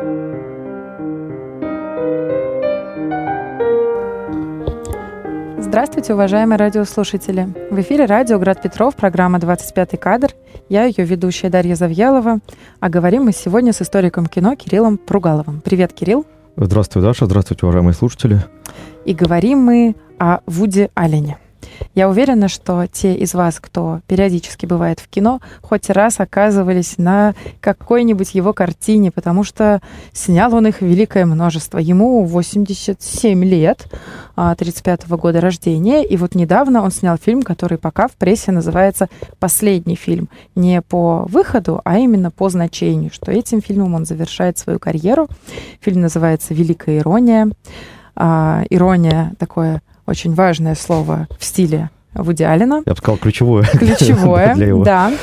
Здравствуйте, уважаемые радиослушатели! В эфире радио «Град Петров», программа «25-й кадр». Я ее ведущая Дарья Завьялова. А говорим мы сегодня с историком кино Кириллом Пругаловым. Привет, Кирилл! Здравствуй, Даша. Здравствуйте, уважаемые слушатели. И говорим мы о Вуди Аллене. Я уверена, что те из вас, кто периодически бывает в кино, хоть раз оказывались на какой-нибудь его картине, потому что снял он их великое множество. Ему 87 лет, 35-го года рождения, и вот недавно он снял фильм, который пока в прессе называется «Последний фильм». Не по выходу, а именно по значению, что этим фильмом он завершает свою карьеру. Фильм называется «Великая ирония». Ирония — такое очень важное слово в стиле Вуди Аллена. Я бы сказал, ключевое. Ключевое, да.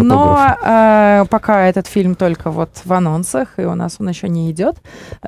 Но пока этот фильм только вот в анонсах, и у нас он еще не идет.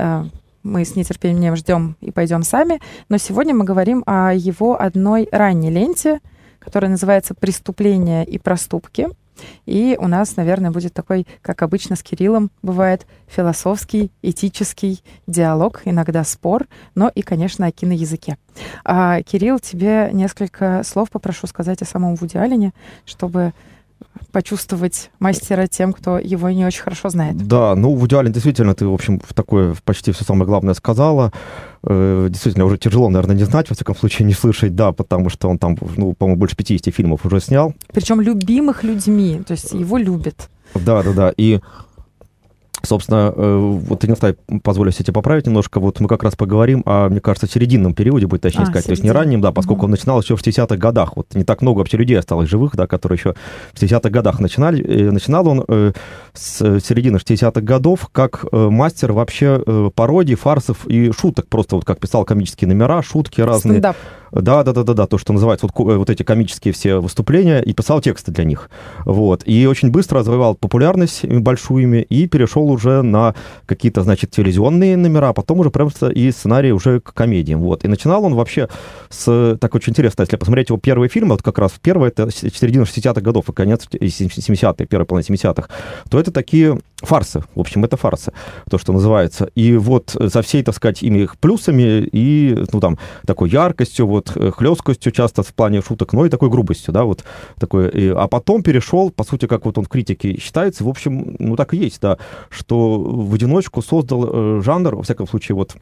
Мы с нетерпением ждем и пойдем сами. Но сегодня мы говорим о его одной ранней ленте, которая называется «Преступления и проступки». И у нас, наверное, будет такой, как обычно с Кириллом бывает, философский, этический диалог, иногда спор, но и, конечно, о киноязыке. Кирилл, тебе несколько слов попрошу сказать о самом Вуди Аллене, чтобы почувствовать мастера тем, кто его не очень хорошо знает. Да, Вуди Аллен, действительно, ты, в общем, такое почти все самое главное сказала. Действительно, уже тяжело, наверное, не знать, во всяком случае, не слышать, да, потому что он там, по-моему, больше 50 фильмов уже снял. Причем любимых людьми, то есть его любят. Да, и... Собственно, вот я не знаю, позволю себе поправить немножко. Вот мы как раз поговорим о, мне кажется, серединном периоде, будет точнее сказать. То есть не раннем, да, поскольку он начинал еще в 60-х годах. Вот не так много вообще людей осталось живых, да, которые еще в 60-х годах начинали. Начинал он с середины 60-х годов как мастер вообще пародий, фарсов и шуток. Просто вот как писал комические номера, шутки разные. Стендап. Да, то, что называется вот эти комические все выступления, и писал тексты для них. Вот. И очень быстро завоевал популярность большую ими и перешел уже на какие-то, значит, телевизионные номера, а потом уже просто и сценарий уже к комедиям. Вот. И начинал он вообще с... Так очень интересно, если посмотреть его первые фильмы, вот как раз первый, это середина 60-х годов и конец 70-х, первая половина 70-х, то это такие фарсы. В общем, это фарсы, то, что называется. И вот со всей, так сказать, ими их плюсами и, такой яркостью, хлесткостью часто в плане шуток, но и такой грубостью, да, вот такой. А потом перешел, по сути, как вот он в критике считается, в общем, так и есть, да, что в одиночку создал жанр, во всяком случае, вот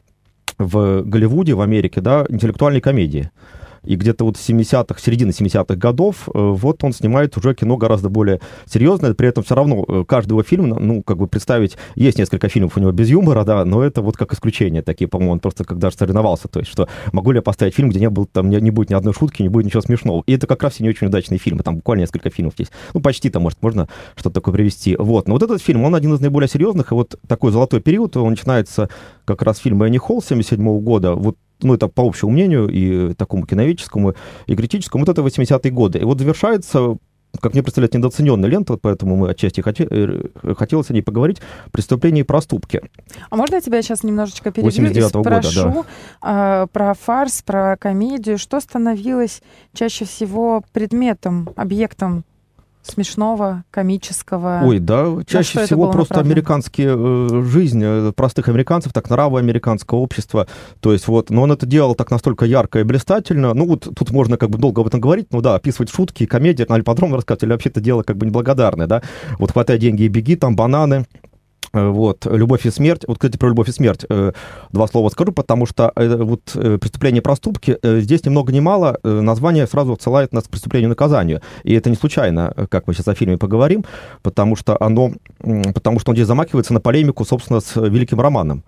в Голливуде, в Америке, да, интеллектуальной комедии. И где-то вот середины 70-х годов вот он снимает уже кино гораздо более серьезное, при этом все равно каждый его фильм, представить, есть несколько фильмов у него без юмора, да, но это вот как исключение такие, по-моему, он просто когда соревновался, то есть, что могу ли я поставить фильм, где не будет ни одной шутки, не будет ничего смешного. И это как раз все не очень удачные фильмы, там буквально несколько фильмов есть. Почти там, может, можно что-то такое привести. Вот, но вот этот фильм, он один из наиболее серьезных, и вот такой золотой период, он начинается как раз с фильма «Энни Холл» 77 года, вот, это по общему мнению, и такому киноведческому, и критическому, вот это 80-е годы. И вот завершается, как мне представляется, недооцененная лента, поэтому мы отчасти хотелось о ней поговорить, «Преступления и проступки». А можно я тебя сейчас немножечко перебью и спрошу про фарс, про комедию? Что становилось чаще всего предметом, объектом смешного, комического? Ой, да, чаще всего просто американские жизнь простых американцев, так нравы американского общества. То есть вот, но он это делал так настолько ярко и блистательно. Тут можно долго об этом говорить, описывать шутки, комедии, или подробно рассказать, или вообще это дело неблагодарное, да. Вот «Хватай деньги и беги», там «Бананы». Вот, «Любовь и смерть». Вот, кстати, про «Любовь и смерть» два слова скажу, потому что «Преступления и проступки» здесь ни много ни мало название сразу отсылает нас к «Преступлению и наказанию». И это не случайно, как мы сейчас о фильме поговорим, потому что он здесь замахивается на полемику, собственно, с великим романом.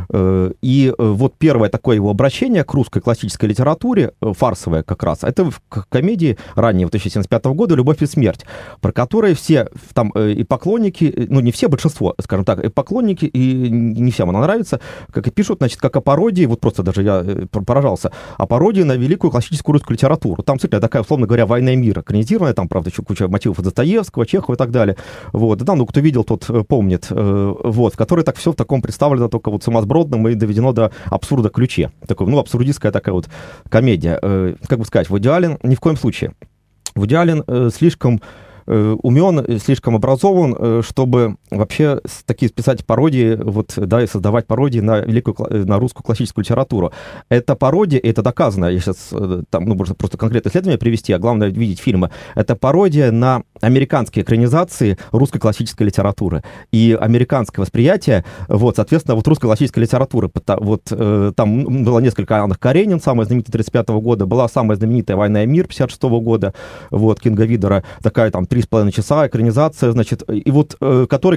И вот первое такое его обращение к русской классической литературе, фарсовое как раз, это в комедии ранней 2075 года «Любовь и смерть», про которые все там и поклонники, не все, большинство, скажем так, и поклонники, и не всем она нравится, как и пишут, значит, как о пародии, вот просто даже я поражался, о пародии на великую классическую русскую литературу. Там действительно такая, условно говоря, «Война и мир» экранизированная, там, правда, еще куча мотивов Достоевского, Чехова и так далее. Вот, и там, кто видел, тот помнит, вот, в которой так все в таком представлено только вот сумасбродном и доведено до абсурда ключе. Такой, абсурдистская такая вот комедия. Как бы сказать, Вуди Аллен ни в коем случае. Вуди Аллен слишком умен, слишком образован, чтобы вообще такие писать пародии, вот, да, и создавать пародии на русскую классическую литературу. Это пародия, и это доказано. Я сейчас там, можно просто конкретное исследование привести, а главное видеть фильмы. Это пародия на американские экранизации русской классической литературы. И американское восприятие, вот, соответственно, вот русской классической литературы. Вот там было несколько Анна Каренин, самая знаменитая 1935 года, была самая знаменитая «Война и мир» 1956 года, вот, Кинга Видера, такая там 3,5 часа экранизация, значит, и вот, который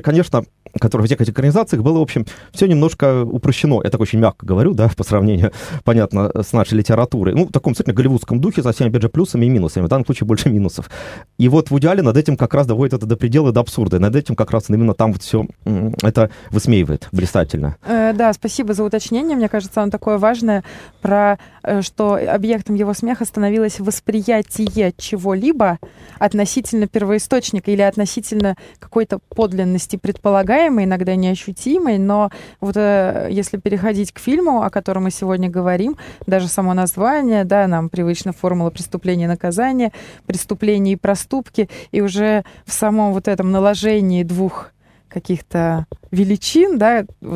в всех этих экранизациях было, в общем, все немножко упрощено. Я так очень мягко говорю, да, по сравнению, понятно, с нашей литературой. Ну, в таком действительно голливудском духе, со всеми, опять же, плюсами и минусами. В данном случае больше минусов. И вот Вуди Аллен над этим как раз доводит это до предела, до абсурда. И над этим как раз именно там вот все это высмеивает блистательно. Да, спасибо за уточнение. Мне кажется, оно такое важное, что объектом его смеха становилось восприятие чего-либо относительно первоисточника или относительно какой-то подлинности предполагаемой, иногда неощутимой, но вот если переходить к фильму, о котором мы сегодня говорим, даже само название, да, нам привычна формула преступления и наказания, преступления и проступки, и уже в самом вот этом наложении двух каких-то величин, да, вот,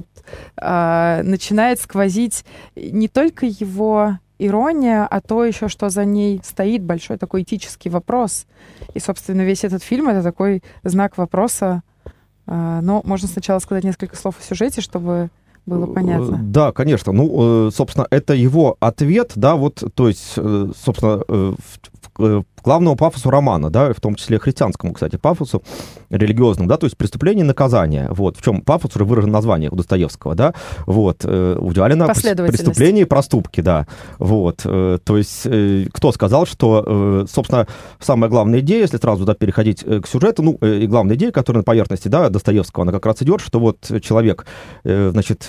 начинает сквозить не только его ирония, а то еще, что за ней стоит, большой такой этический вопрос. И, собственно, весь этот фильм — это такой знак вопроса. Но можно сначала сказать несколько слов о сюжете, чтобы было понятно. Да, конечно. Ну, собственно, это его ответ, да, вот, то есть, собственно, главному пафосу романа, да, в том числе христианскому, кстати, пафосу религиозному, да, то есть преступление и наказание. Вот, в чем пафос уже выражен в названии у Достоевского, да, вот, у Вуди Аллена преступление и проступки, да, вот, то есть кто сказал, что, собственно, самая главная идея, если сразу, да, переходить к сюжету, ну, и главная идея, которая на поверхности, да, Достоевского, она как раз идет, что вот человек, значит,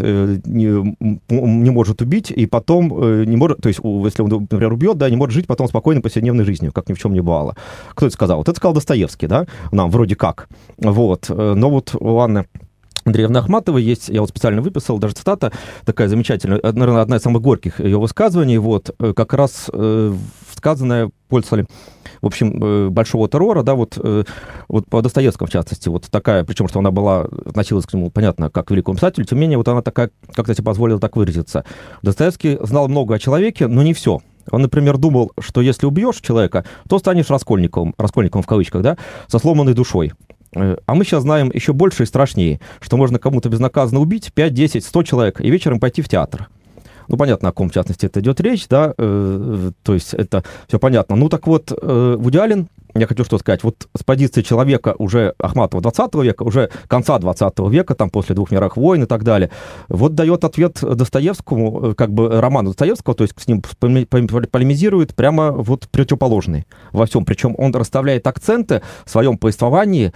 не может убить, и потом не может, то есть, если он, например, убьет, да, не может жить потом спокойной повседневной жизнью, как ни в чем не бывало. Кто это сказал? Вот это сказал Достоевский, да, нам вроде как. Вот. Но вот у Анны Андреевны Ахматовой есть, я вот специально выписал, даже цитата такая замечательная, наверное, одна из самых горьких ее высказываний, вот, как раз сказанная после, в общем, большого террора, да, вот по Достоевскому, в частности, вот такая, причем, что она относилась к нему, понятно, как к великому писателю, тем не менее, вот она такая, как-то себе позволила так выразиться. Достоевский знал много о человеке, но не все. Он, например, думал, что если убьешь человека, то станешь раскольником в кавычках, да, со сломанной душой. А мы сейчас знаем еще больше и страшнее, что можно кому-то безнаказанно убить 5, 10, 100 человек и вечером пойти в театр. Ну, понятно, о ком, в частности, это идет речь, да, то есть это все понятно. Ну, так вот, Вуди Аллен, я хочу что сказать, вот с позиции человека уже Ахматова 20 века, уже конца 20 века, там, после 2 мировых войн и так далее, вот дает ответ Достоевскому, как бы роману Достоевского, то есть с ним полемизирует прямо вот противоположный во всем. Причем он расставляет акценты в своем повествовании,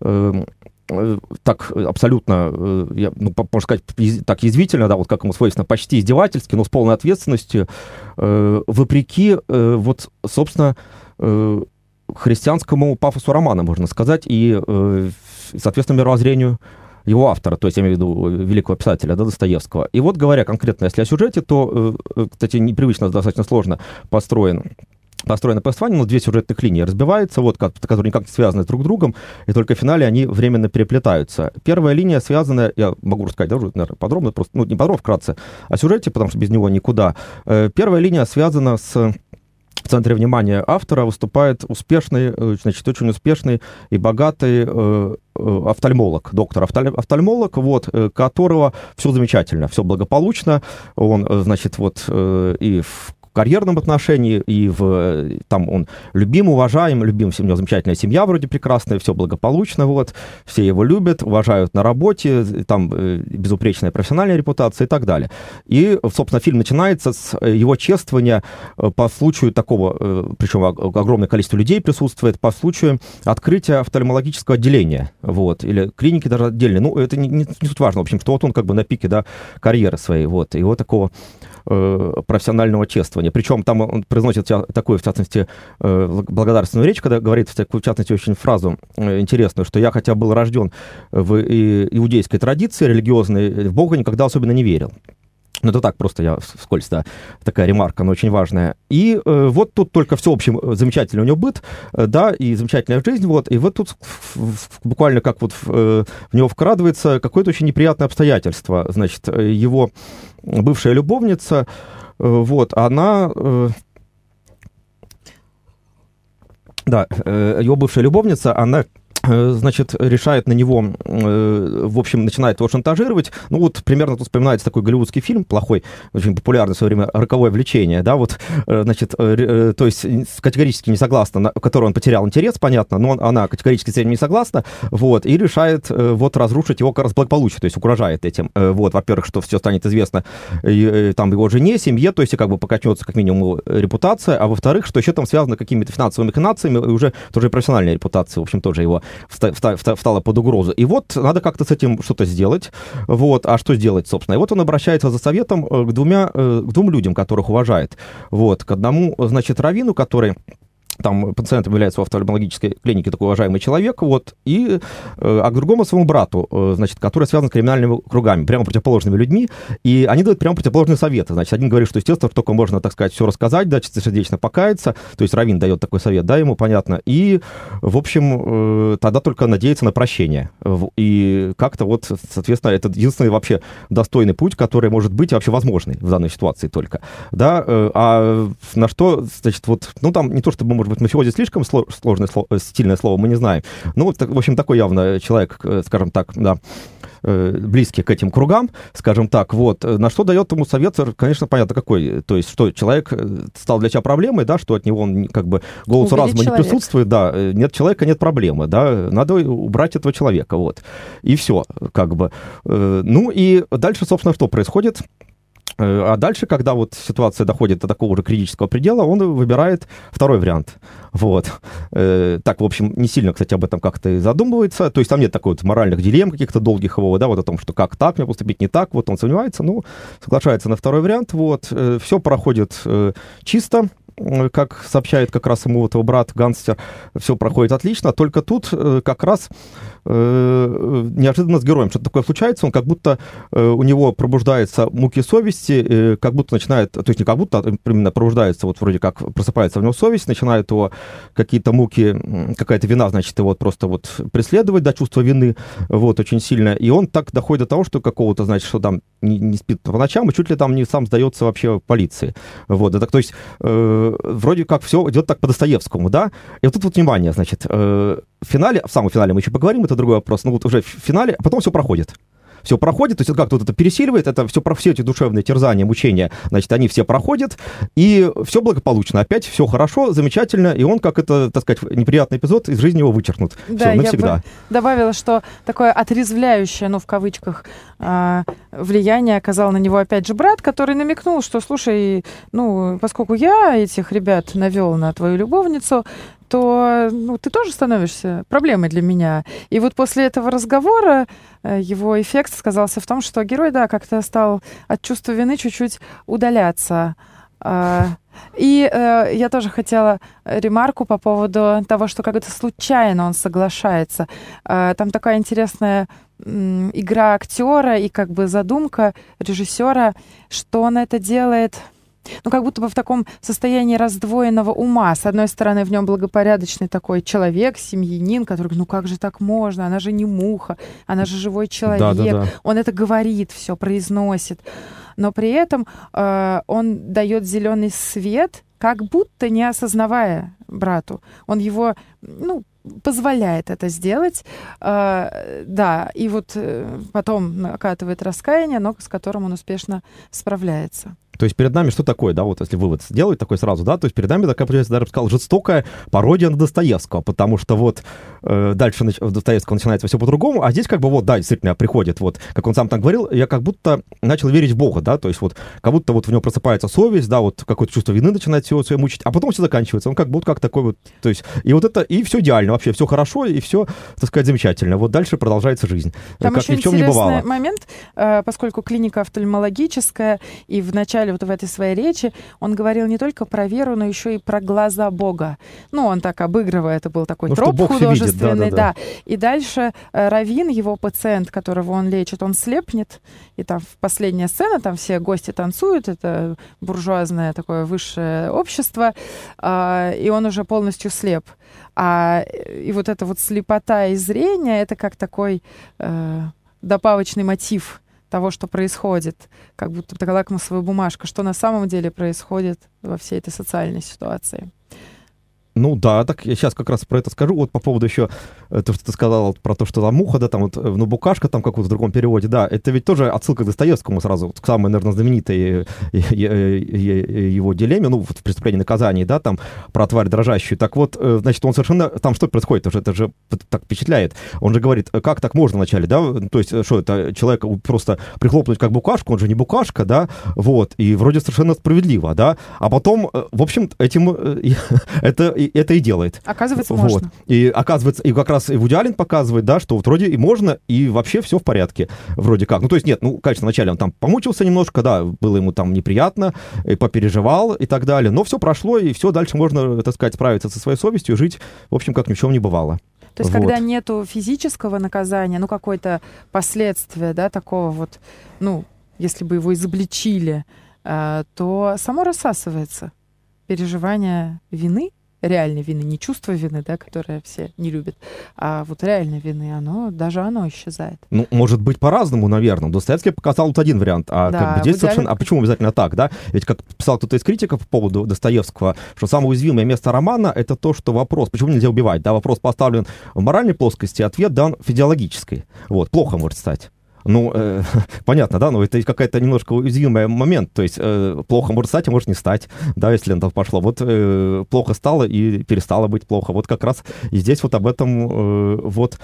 так абсолютно, можно сказать, так язвительно, да, вот как ему свойственно, почти издевательски, но с полной ответственностью, вопреки, вот, собственно, христианскому пафосу романа, можно сказать, и, соответственно, мировоззрению его автора, то есть я имею в виду великого писателя, да, Достоевского. И вот, говоря конкретно, если о сюжете, то, кстати, непривычно, достаточно сложно построено повествование, но 2 сюжетных линии разбиваются, вот, которые никак не связаны друг с другом, и только в финале они временно переплетаются. Первая линия связана, я могу рассказать, да, наверное, подробно, просто, ну, не подробно, вкратце, о сюжете, потому что без него никуда. Первая линия связана с... В центре внимания автора выступает успешный, значит, очень успешный и богатый офтальмолог, доктор-офтальмолог, вот, которого все замечательно, все благополучно, он, значит, вот, и в карьерном отношении, и там он любим, уважаем, у него замечательная семья вроде прекрасная, все благополучно, вот, все его любят, уважают на работе, там безупречная профессиональная репутация и так далее. И, собственно, фильм начинается с его чествования по случаю такого, причем огромное количество людей присутствует, по случаю открытия офтальмологического отделения, вот, или клиники даже отдельные. Ну, это не суть важно, в общем, что вот он как бы на пике, да, карьеры своей, вот, его такого профессионального чествования. Причем там он произносит такую, в частности, благодарственную речь, когда говорит, в частности, очень фразу интересную, что я хотя был рожден в иудейской традиции религиозной, в Бога никогда особенно не верил. Ну, это так, просто я вскользь, да, такая ремарка, но очень важная. И вот тут только все, в общем, замечательный у него быт, да, и замечательная жизнь, вот, и вот тут буквально как вот в него вкрадывается какое-то очень неприятное обстоятельство. Значит, его бывшая любовница, вот, она... Да, его бывшая любовница, она... значит, решает на него, в общем, начинает его шантажировать. Ну, вот примерно тут вспоминается такой голливудский фильм, плохой, очень популярный в свое время, «Роковое влечение», да, вот, значит, то есть категорически не согласна, в которой он потерял интерес, понятно, но она категорически с этим не согласна, вот, и решает вот разрушить его как раз благополучие, то есть угрожает этим, вот, во-первых, что все станет известно там его жене, семье, то есть как бы покачнется как минимум репутация, а во-вторых, что еще там связано какими-то финансовыми махинациями, и уже тоже профессиональная репутация, в общем, тоже его встала под угрозу. И вот надо как-то с этим что-то сделать. Вот. А что сделать, собственно? И вот он обращается за советом к двум людям, которых уважает. Вот. К одному, значит, раввину, который... Там пациентом является в офтальмологической клинике такой уважаемый человек, вот, а к другому своему брату, значит, который связан с криминальными кругами, прямо противоположными людьми, и они дают прямо противоположные советы. Значит, один говорит, что, естественно, только можно, так сказать, все рассказать, да, чистосердечно покаяться, то есть раввин дает такой совет, да, ему понятно, и, в общем, тогда только надеяться на прощение. И как-то вот, соответственно, это единственный вообще достойный путь, который может быть вообще возможный в данной ситуации только, да, а на что, значит, вот, ну, там не то, чтобы, может быть, мафиози слишком сложное стильное слово, мы не знаем. Ну, вот, в общем, такой явно человек, скажем так, да, близкий к этим кругам, скажем так, вот, на что дает ему совет, конечно, понятно, какой, то есть, что человек стал для тебя проблемой, да, что от него он, как бы, голосу разума не присутствует, да, нет человека, нет проблемы, да, надо убрать этого человека, вот, и все, как бы. Ну, и дальше, собственно, что происходит? А дальше, когда вот ситуация доходит до такого уже критического предела, он выбирает второй вариант. Вот. Так, в общем, не сильно, кстати, об этом как-то и задумывается. То есть там нет такой вот моральных дилемм каких-то долгих его, да, вот о том, что как так мне поступить, не так. Вот он сомневается, ну, соглашается на второй вариант. Вот. Все проходит чисто. Как сообщает как раз ему вот его брат гангстер, все проходит отлично, только тут как раз неожиданно с героем что-то такое случается, он как будто у него пробуждаются муки совести, как будто начинает, то есть не как будто, а именно пробуждается, вот вроде как просыпается в него совесть, начинает его какие-то муки, какая-то вина, значит, его вот просто вот преследовать, да, чувство вины, вот, очень сильно, и он так доходит до того, что какого-то, значит, что там не спит по ночам, и чуть ли там не сам сдается вообще полиции, вот, это, то есть вроде как все идет так по Достоевскому, да, и вот тут вот внимание, значит, в финале, в самом финале мы еще поговорим, это другой вопрос, но вот уже в финале, а потом все проходит. Все проходит, то есть как-то вот это пересиливает, это все эти душевные терзания, мучения, значит, они все проходят, и все благополучно, опять все хорошо, замечательно, и он, как это, так сказать, неприятный эпизод, из жизни его вычеркнут. Да, все, навсегда. Я бы добавила, что такое отрезвляющее, ну, в кавычках, влияние оказал на него опять же брат, который намекнул, что, слушай, ну, поскольку я этих ребят навел на твою любовницу, то ну, ты тоже становишься проблемой для меня. И вот после этого разговора его эффект сказался в том, что герой, да, как-то стал от чувства вины чуть-чуть удаляться. И я тоже хотела ремарку по поводу того, что как-то случайно он соглашается. Там такая интересная игра актера и как бы задумка режиссера, что он это делает... Ну, как будто бы в таком состоянии раздвоенного ума. С одной стороны, в нем благопорядочный такой человек, семьянин, который говорит, ну как же так можно? Она же не муха, она же живой человек. Да. Он это говорит, все произносит. Но при этом он дает зеленый свет, как будто не осознавая брату. Он его, ну, позволяет это сделать, да, и вот потом накатывает раскаяние, но с которым он успешно справляется. То есть перед нами что такое, да, вот если вывод сделать такой сразу, да, то есть перед нами такая, я даже сказал, жестокая пародия на Достоевского, потому что вот дальше в Достоевского начинается все по-другому, а здесь как бы вот, да, действительно приходит, вот, как он сам так говорил, я как будто начал верить в Бога, да, то есть вот как будто вот в него просыпается совесть, да, вот какое-то чувство вины начинает все мучить, а потом все заканчивается, он как будто как такой вот, то есть, и вот это, и все идеально, вообще все хорошо, и все, так сказать, замечательно, вот дальше продолжается жизнь, там как еще ни в чем не бывало. Момент, поскольку клиника офтальмологическая, и в начале замечали вот в этой своей речи, он говорил не только про веру, но еще и про глаза Бога. Ну, он так обыгрывая, это был такой троп художественный, да. И дальше раввин, его пациент, которого он лечит, он слепнет, и там последняя сцена, там все гости танцуют, это буржуазное такое высшее общество, и он уже полностью слеп. И вот эта вот слепота и зрение, это как такой добавочный мотив того, что происходит, как будто такая лакмусовая бумажка, что на самом деле происходит во всей этой социальной ситуации. Ну да, так я сейчас как раз про это скажу. Вот по поводу еще то, что ты сказал про то, что там муха, да, там вот, ну, букашка там какой-то в другом переводе, да, это ведь тоже отсылка к Достоевскому сразу, к самой, наверное, знаменитой его дилемме, ну, вот в «Преступлении и наказании», да, там про тварь дрожащую. Так вот, значит, он совершенно... Там что происходит? Это же так впечатляет. Он же говорит, как так можно вначале, да? То есть, что это, человека просто прихлопнуть как букашку, он же не букашка, да, вот, и вроде совершенно справедливо, да, а потом, в общем, этим это и делает. Оказывается, вот. Можно. И оказывается, и как раз и Вуди Аллен показывает, да, что вот вроде и можно, и вообще все в порядке, вроде как. Ну, то есть нет, ну, конечно, вначале он там помучился немножко, да, было ему там неприятно, и попереживал и так далее, но все прошло, и все, дальше можно, так сказать, справиться со своей совестью и жить, в общем, как ни в чем не бывало. То есть, когда нету физического наказания, ну, какое-то последствие, да, такого вот, ну, если бы его изобличили, то само рассасывается переживание вины, реальной вины, не чувство вины, да, которое все не любят, а вот реальной вины, оно исчезает. Ну, может быть, по-разному, наверное. Достоевский показал вот один вариант, а да, как бы здесь совершенно... А почему обязательно так, да? Ведь, как писал кто-то из критиков по поводу Достоевского, что самое уязвимое место романа — это то, что вопрос, почему нельзя убивать, да, вопрос поставлен в моральной плоскости, ответ дан в физиологической. Вот, плохо может стать. Ну, понятно, да, но это какая-то немножко уязвимый момент, то есть плохо может стать, а может не стать, да, если это пошло. Вот плохо стало и перестало быть плохо. Вот как раз и здесь вот об этом вот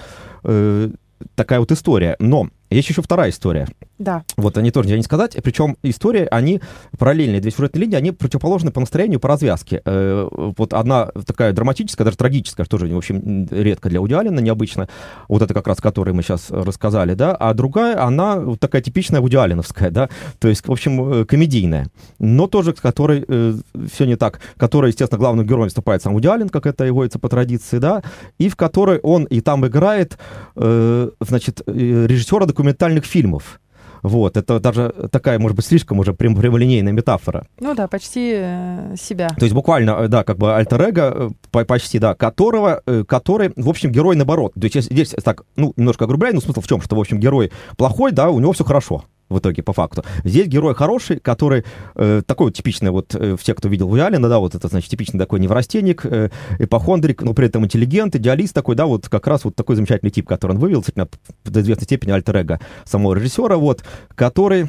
такая вот история. Но есть еще вторая история. Да. Вот они тоже нельзя не сказать. Причем истории, они параллельные, две сюжетные линии, они противоположны по настроению, по развязке. Вот одна такая драматическая, даже трагическая, что же, в общем, редко для Вуди Аллена, необычно. Вот это как раз, которую мы сейчас рассказали, да. А другая, она вот такая типичная Вуди Алленовская, да. То есть, в общем, комедийная. Но тоже, с которой все не так. Которая, естественно, главным героем выступает сам Вуди Аллен, как это и водится по традиции, да. И в которой он и там играет, значит, режиссера документальных фильмов. Вот, это даже такая, может быть, слишком уже прямолинейная метафора. Ну да, почти себя. То есть буквально, да, как бы альтер-эго, почти, да, который, в общем, герой наоборот. То есть здесь так, ну, немножко огрубляю, но смысл в чем, что, в общем, герой плохой, да, у него все хорошо. В итоге, по факту. Здесь герой хороший, который такой вот типичный, вот все, кто видел Вуди Аллена, да, вот это, значит, типичный такой неврастенник, ипохондрик, но при этом интеллигент, идеалист такой, да, вот как раз вот такой замечательный тип, который он вывел, до известной степени альтер-эго самого режиссера, вот, который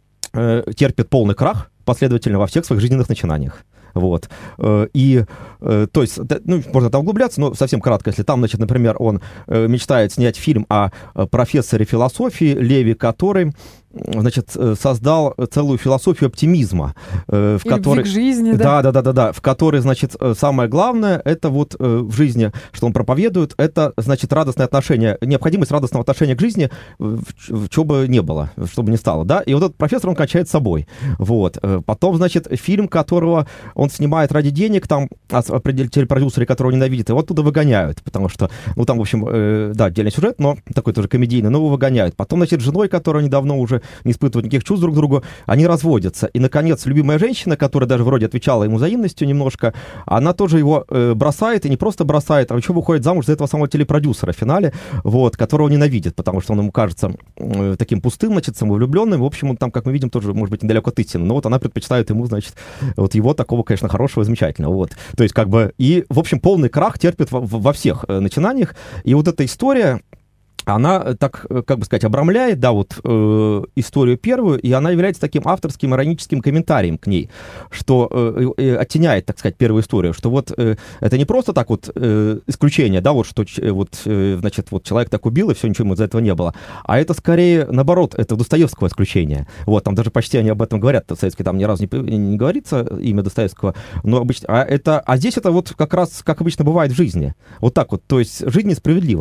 терпит полный крах последовательно во всех своих жизненных начинаниях. Вот. И, то есть, ну, можно там углубляться, но совсем кратко, если там, значит, например, он мечтает снять фильм о профессоре философии Леви, который, значит, создал целую философию оптимизма, в которой... Любви к жизни, да? Да, в которой, значит, самое главное, это вот в жизни, что он проповедует, это, значит, радостное отношение, необходимость радостного отношения к жизни, чего бы не было, чтобы не стало, да, и вот этот профессор, он качает собой, вот. Потом, значит, фильм, которого он снимает ради денег, там телепродюсеры, которого ненавидят, его оттуда выгоняют, потому что, ну, там, в общем, да, отдельный сюжет, но такой тоже комедийный, но его выгоняют. Потом, значит, с женой, которая недавно уже не испытывают никаких чувств друг к другу, они разводятся. И, наконец, любимая женщина, которая даже вроде отвечала ему взаимностью немножко, она тоже его бросает, и не просто бросает, а еще выходит замуж за этого самого телепродюсера в финале, вот, которого ненавидит, потому что он ему кажется таким пустым, значит, самовлюбленным. В общем, он там, как мы видим, тоже, может быть, недалеко от истины. Но вот она предпочитает ему, значит, вот его такого, конечно, хорошего, замечательного. Вот. То есть, как бы, и, в общем, полный крах терпит во всех начинаниях. И вот эта история, она, так, как бы сказать, обрамляет, да, вот историю первую, и она является таким авторским ироническим комментарием к ней, что оттеняет, так сказать, первую историю, что вот это не просто так вот исключение, да, вот что вот, значит, вот человек так убил, и все, ничего ему из-за этого не было, а это скорее, наоборот, это Достоевского исключение. Вот, там даже почти они об этом говорят, Достоевский там ни разу не говорится имя Достоевского, но обычно, а здесь это вот как раз, как обычно бывает в жизни, вот так вот, то есть жизнь несправедлива.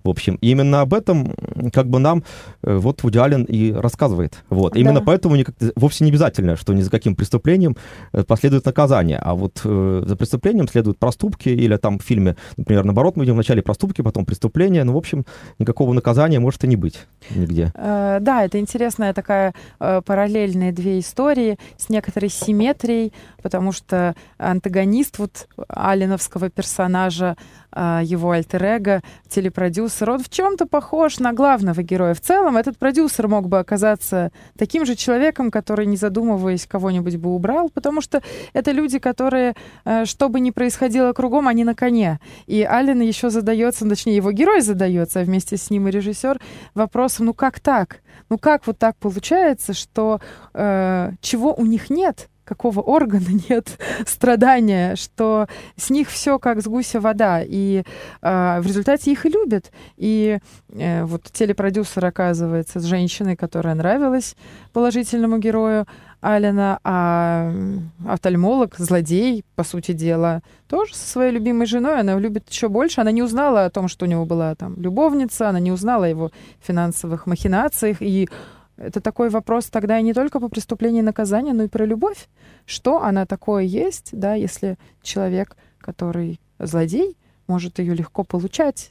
В общем, именно об этом как бы нам вот Вуди Аллен и рассказывает. Вот. Именно поэтому вовсе не обязательно, что ни за каким преступлением последует наказание, а вот за преступлением следуют проступки, или там в фильме, например, наоборот, мы видим вначале проступки, потом преступления, в общем, никакого наказания может и не быть нигде. Да, это интересная такая параллельные две истории с некоторой симметрией, потому что антагонист вот алленовского персонажа, его альтер-эго, телепродюсер, он в чем-то похож на главного героя. В целом этот продюсер мог бы оказаться таким же человеком, который, не задумываясь, кого-нибудь бы убрал, потому что это люди, которые, что бы ни происходило кругом, они на коне. И Аллен еще задается, точнее, его герой задается, а вместе с ним и режиссер, вопросом, ну как так? Ну как вот так получается, что чего у них нет? Какого органа нет страдания, что с них все как с гуся вода, и в результате их и любят. И вот телепродюсер оказывается с женщиной, которая нравилась положительному герою Аллена, а офтальмолог, злодей, по сути дела, тоже со своей любимой женой, она любит еще больше. Она не узнала о том, что у него была там любовница, она не узнала о его финансовых махинациях, и это такой вопрос тогда и не только по преступлению и наказанию, но и про любовь. Что она такое есть, да, если человек, который злодей, может ее легко получать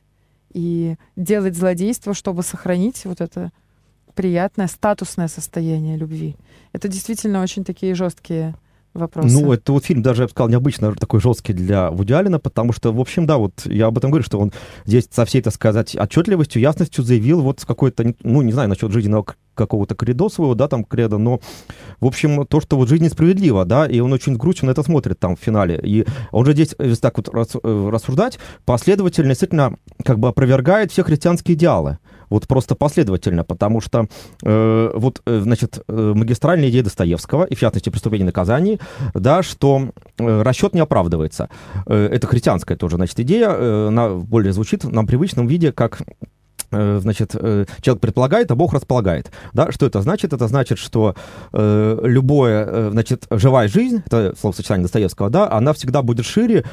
и делать злодейство, чтобы сохранить вот это приятное статусное состояние любви. Это действительно очень такие жесткие вопросы. Ну, это вот фильм даже, я бы сказал, необычно такой жесткий для Вуди Аллена, потому что, в общем, да, вот я об этом говорю, что он здесь со всей, так сказать, отчетливостью, ясностью заявил вот с какой-то, ну, не знаю, насчет жизненного какого-то кредо своего, да, там, кредо, но, в общем, то, что вот жизнь несправедлива, да, и он очень грустно это смотрит там в финале. И он же здесь, если так вот рассуждать, последовательно, действительно, как бы опровергает все христианские идеалы. Вот просто последовательно, потому что значит, магистральная идея Достоевского, и в частности «Преступление и наказание», да, что расчет не оправдывается. Это христианская тоже, значит, идея, она более звучит в нам привычном виде, как значит, человек предполагает, а Бог располагает. Да? Что это значит? Это значит, что любое, значит, живая жизнь, это словосочетание Достоевского, да, она всегда будет шире,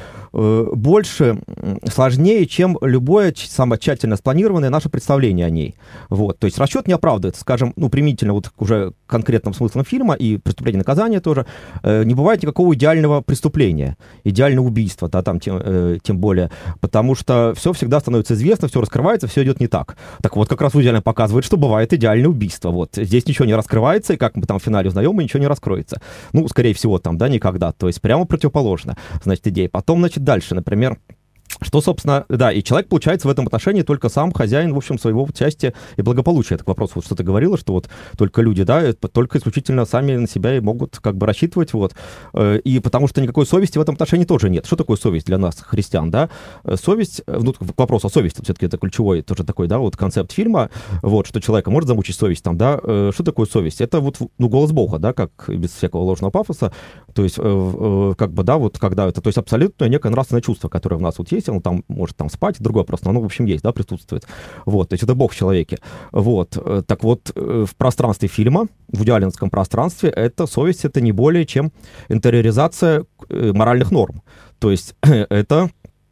больше, сложнее, чем любое самое тщательно спланированное наше представление о ней. Вот. То есть расчет не оправдывается. Скажем, ну, применительно вот уже конкретным смыслом фильма и «Преступление и наказание» тоже, не бывает никакого идеального преступления, идеального убийства, да, там, тем более, потому что все всегда становится известно, все раскрывается, все идет не так. Так вот, как раз идеально показывает, что бывает идеальное убийство. Вот. Здесь ничего не раскрывается, и как мы там в финале узнаем, и ничего не раскроется. Ну, скорее всего, там, да, никогда. То есть прямо противоположно, значит, идея. Потом, значит, дальше, например, что, собственно, да, и человек, получается, в этом отношении только сам хозяин, в общем, своего счастья и благополучия. Это к вопросу, вот что ты говорила, что вот только люди, да, только исключительно сами на себя и могут как бы рассчитывать, вот. И потому что никакой совести в этом отношении тоже нет. Что такое совесть для нас, христиан, да? Совесть, ну, к вопросу о совести, все-таки это ключевой тоже такой, да, вот концепт фильма, вот, что человека может замучить совесть там, да, что такое совесть? Это вот, ну, голос Бога, да, как без всякого ложного пафоса, то есть, как бы, да, вот, когда это, то есть, абсолютно некое нравственное чувство, которое в нас вот есть, он там может там спать, другой вопрос, но оно, в общем, есть, да, присутствует. Вот, то есть это Бог в человеке. Вот, так вот, в пространстве фильма, в вудиалленском пространстве, это совесть, это не более чем интериоризация моральных норм. То есть это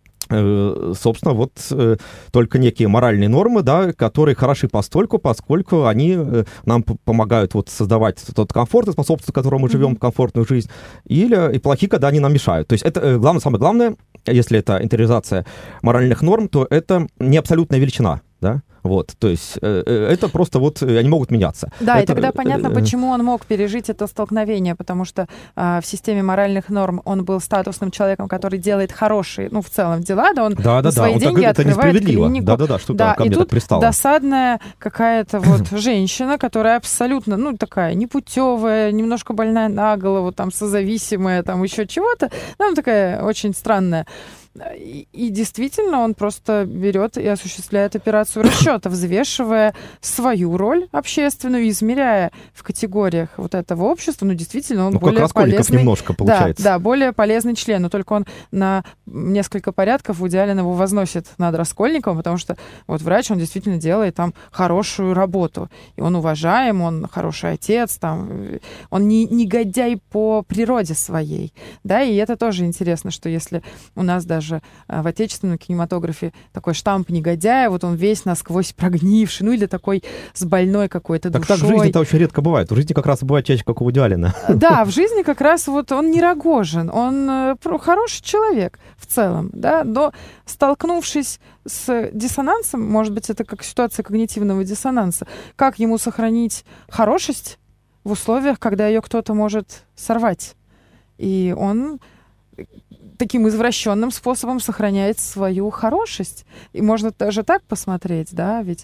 собственно, вот только некие моральные нормы, да, которые хороши постольку, поскольку они нам помогают вот создавать тот комфорт, способствует которому мы живем, комфортную жизнь, или и плохи, когда они нам мешают. То есть это главное, самое главное, если это интериоризация моральных норм, то это не абсолютная величина, да, вот, то есть это просто вот, они могут меняться. Да, это, и тогда понятно, почему он мог пережить это столкновение, потому что в системе моральных норм он был статусным человеком, который делает хорошие, ну, в целом, дела, да, он на свои деньги открывает клинику. Да, что ко мне так пристало. Досадная какая-то вот женщина, которая абсолютно, ну, такая непутевая, немножко больная на голову, там, созависимая, там, еще чего-то, ну, такая очень странная. И действительно он просто берет и осуществляет операцию расчета, взвешивая свою роль общественную, измеряя в категориях вот этого общества. Ну, действительно, он более полезный. Немножко получается. Да, более полезный член. Но только он на несколько порядков Вуди Аллен его возносит над Раскольниковым, потому что вот врач, он действительно делает там хорошую работу. И он уважаем, он хороший отец, там, он не негодяй по природе своей. Да, и это тоже интересно, что если у нас даже тоже в отечественном кинематографе такой штамп негодяя, вот он весь насквозь прогнивший, ну или такой с больной какой-то душой. Так в жизни-то очень редко бывает. В жизни как раз бывает чаще, как у Вуди Аллена. Да, в жизни как раз вот он не Рогожин, он хороший человек в целом, да, но столкнувшись с диссонансом, может быть, это как ситуация когнитивного диссонанса, как ему сохранить хорошесть в условиях, когда ее кто-то может сорвать? И он таким извращенным способом сохраняет свою хорошесть. И можно даже так посмотреть, да, ведь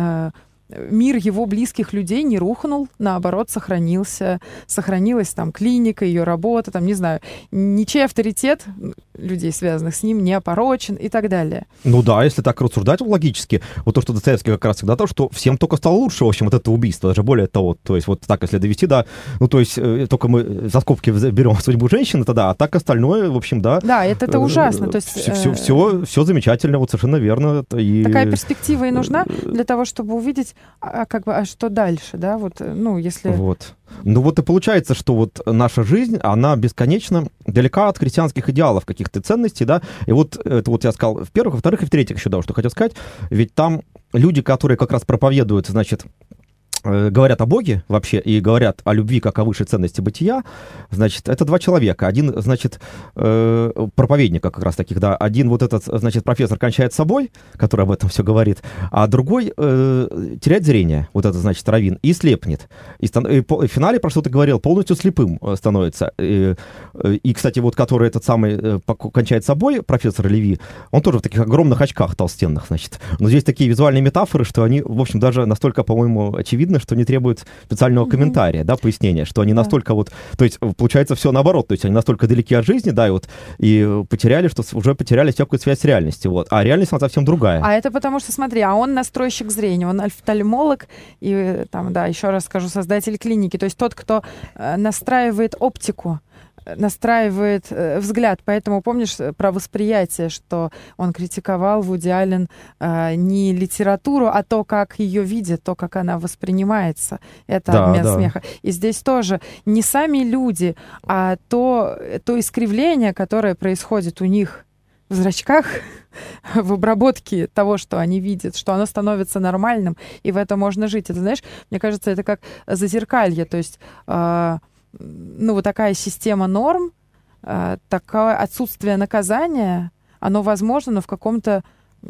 мир его близких людей не рухнул, наоборот, сохранилась там клиника, ее работа, там, не знаю, ничей авторитет людей, связанных с ним, не опорочен и так далее. Ну да, если так рассуждать логически, вот то, что Достоевский как раз всегда то, что всем только стало лучше, в общем, вот это убийство, даже более того, то есть вот так, если довести, да, ну то есть только мы за скобки берем судьбу женщины, тогда, а так остальное, в общем, да. Да, это ужасно, то есть... Все замечательно, вот совершенно верно. И... Такая перспектива и нужна для того, чтобы увидеть, а что дальше, да, вот, ну, если... Вот. Ну вот и получается, что вот наша жизнь, она бесконечно далека от христианских идеалов, каких-то ценностей, да, и вот это вот я сказал в-первых, во-вторых и в-третьих еще, да, что хотел сказать, ведь там люди, которые как раз проповедуют, значит, говорят о Боге вообще и говорят о любви как о высшей ценности бытия, значит, это два человека. Один, значит, проповедника как раз таких, да, один вот этот, значит, профессор кончает собой, который об этом все говорит, а другой теряет зрение, вот это, значит, раввин, и слепнет. И в финале, про что ты говорил, полностью слепым становится. И, кстати, вот который этот самый кончает собой, профессор Леви, он тоже в таких огромных очках толстенных, значит. Но здесь такие визуальные метафоры, что они, в общем, даже настолько, по-моему, очевидны, что не требует специального комментария, да, пояснения, что они настолько вот, то есть получается все наоборот, то есть они настолько далеки от жизни, да, и потеряли, что уже потеряли всякую связь с реальностью, вот, а реальность она совсем другая. А это потому что, смотри, он настройщик зрения, он офтальмолог и там, да, еще раз скажу, создатель клиники, то есть тот, кто настраивает оптику, настраивает взгляд. Поэтому помнишь про восприятие, что он критиковал Вуди Аллен не литературу, а то, как ее видят, то, как она воспринимается. Это обмен смеха. И здесь тоже не сами люди, а то искривление, которое происходит у них в зрачках, в обработке того, что они видят, что оно становится нормальным, и в этом можно жить. Это, знаешь, мне кажется, это как зазеркалье, то есть ну, вот такая система норм, такое отсутствие наказания, оно возможно, но в каком-то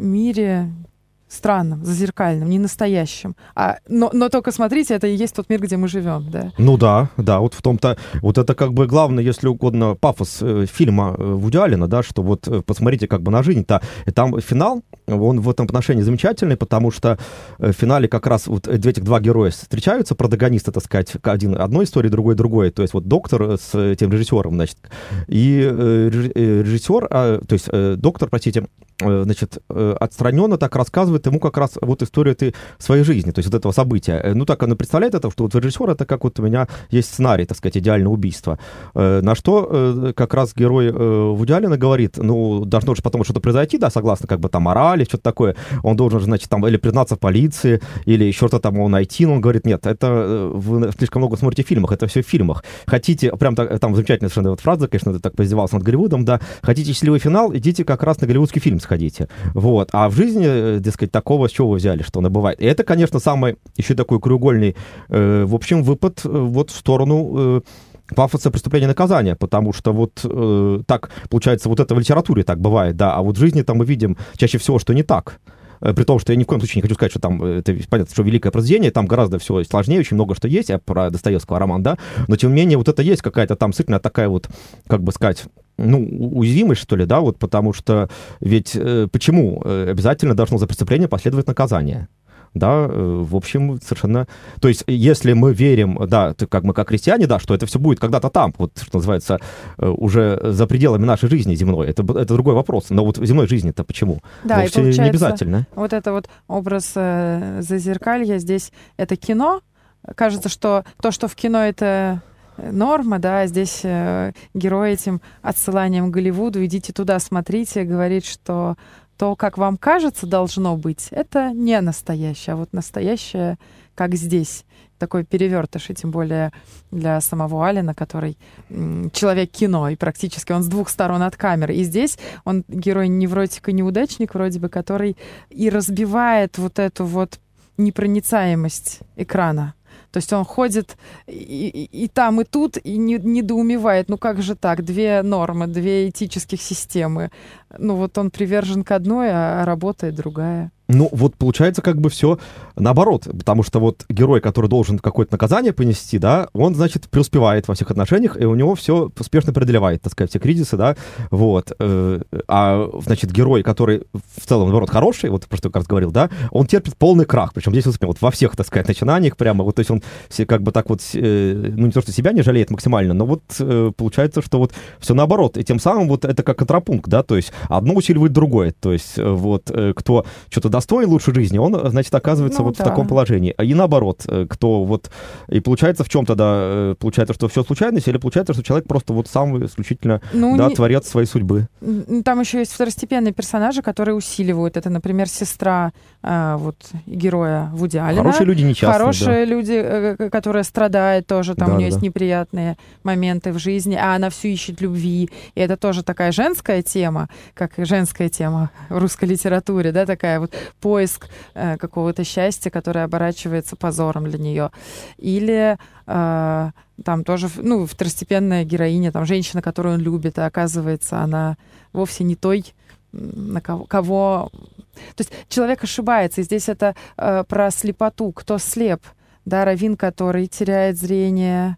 мире странном, зазеркальном, не настоящем. Но только смотрите, это и есть тот мир, где мы живем, да? Ну да, вот в том-то, вот это как бы главное, если угодно, пафос фильма Вуди Аллена, да, что вот посмотрите как бы на жизнь-то, и там финал, он в этом отношении замечательный, потому что в финале как раз вот этих два героя встречаются, протагонисты, так сказать, один одной истории, другой, то есть вот доктор с тем режиссером, значит, и режиссер, то есть доктор, простите, значит, отстраненно так рассказывает ему как раз вот историю этой своей жизни, то есть вот этого события. Ну, так она представляет это, что вот режиссер, это как вот у меня есть сценарий, так сказать, идеальное убийство. На что как раз герой Вуди Аллена говорит, ну, должно же потом что-то произойти, да, согласно как бы там морали, что-то такое. Он должен, значит, там или признаться в полиции, или еще что-то там его найти. Но он говорит, нет, это вы слишком много смотрите в фильмах, это все в фильмах. Хотите, прям там замечательная совершенно вот фраза, конечно, ты так поиздевался над Голливудом, да, хотите счастливый финал, идите как раз на голливудский фильм сходите. Вот. А в жизни, дескать, такого, с чего вы взяли, что она бывает. И это, конечно, самый еще такой краеугольный, в общем, выпад вот в сторону пафоса преступления и наказания, потому что вот так, получается, вот это в литературе так бывает, да, а вот в жизни там мы видим чаще всего, что не так. При том, что я ни в коем случае не хочу сказать, что там, это понятно, что великое произведение, там гораздо все сложнее, очень много что есть, про Достоевского роман, да, но тем не менее вот это есть какая-то там сытная такая вот, как бы сказать, ну, уязвимость, что ли, да, вот потому что ведь почему обязательно должно за преступление последовать наказание? Да, в общем, совершенно... То есть, если мы верим, да, как мы как христиане, да, что это все будет когда-то там, вот, что называется, уже за пределами нашей жизни земной, это другой вопрос. Но вот в земной жизни-то почему? Да, вовсе и не обязательно. Вот это вот образ зазеркалья здесь, это кино. Кажется, что то, что в кино, это норма, да, здесь герой этим отсыланием к Голливуду, идите туда, смотрите, говорит, что то, как вам кажется, должно быть, это не настоящее, а вот настоящее, как здесь. Такой перевертыш, и тем более для самого Аллена, который человек кино, и практически он с двух сторон от камеры. И здесь он герой-невротик и неудачник вроде бы, который и разбивает вот эту вот непроницаемость экрана. То есть он ходит и там, и тут, и недоумевает, ну как же так, две нормы, две этических системы. Ну вот он привержен к одной, а работает другая. Ну, вот получается как бы все наоборот, потому что вот герой, который должен какое-то наказание понести, да, он, значит, преуспевает во всех отношениях, и у него все успешно преодолевает, так сказать, все кризисы, да, вот. А, значит, герой, который в целом, наоборот, хороший, вот про что я как раз говорил, да, он терпит полный крах, причем здесь вот во всех, так сказать, начинаниях прямо, вот, то есть он все как бы так вот, ну, не то, что себя не жалеет максимально, но вот получается, что вот все наоборот, и тем самым вот это как контрапункт, да, то есть одно усиливает другое, то есть вот кто что-то достоин лучшей жизни, он, значит, оказывается в таком положении. И наоборот, кто вот... И получается в чем тогда? Получается, что все случайность, или получается, что человек просто вот сам исключительно творец своей судьбы? Там еще есть второстепенные персонажи, которые усиливают. Это, например, сестра вот героя Вуди Аллена. Хорошие люди несчастные. Хорошие люди, которые страдают тоже. Там у нее есть неприятные моменты в жизни, а она все ищет любви. И это тоже такая женская тема, как женская тема в русской литературе, да, такая вот поиск какого-то счастья, которое оборачивается позором для нее. Или там тоже, ну, второстепенная героиня, там, женщина, которую он любит, а оказывается, она вовсе не той, на кого... То есть человек ошибается, и здесь это про слепоту. Кто слеп? Да, Равин, который теряет зрение.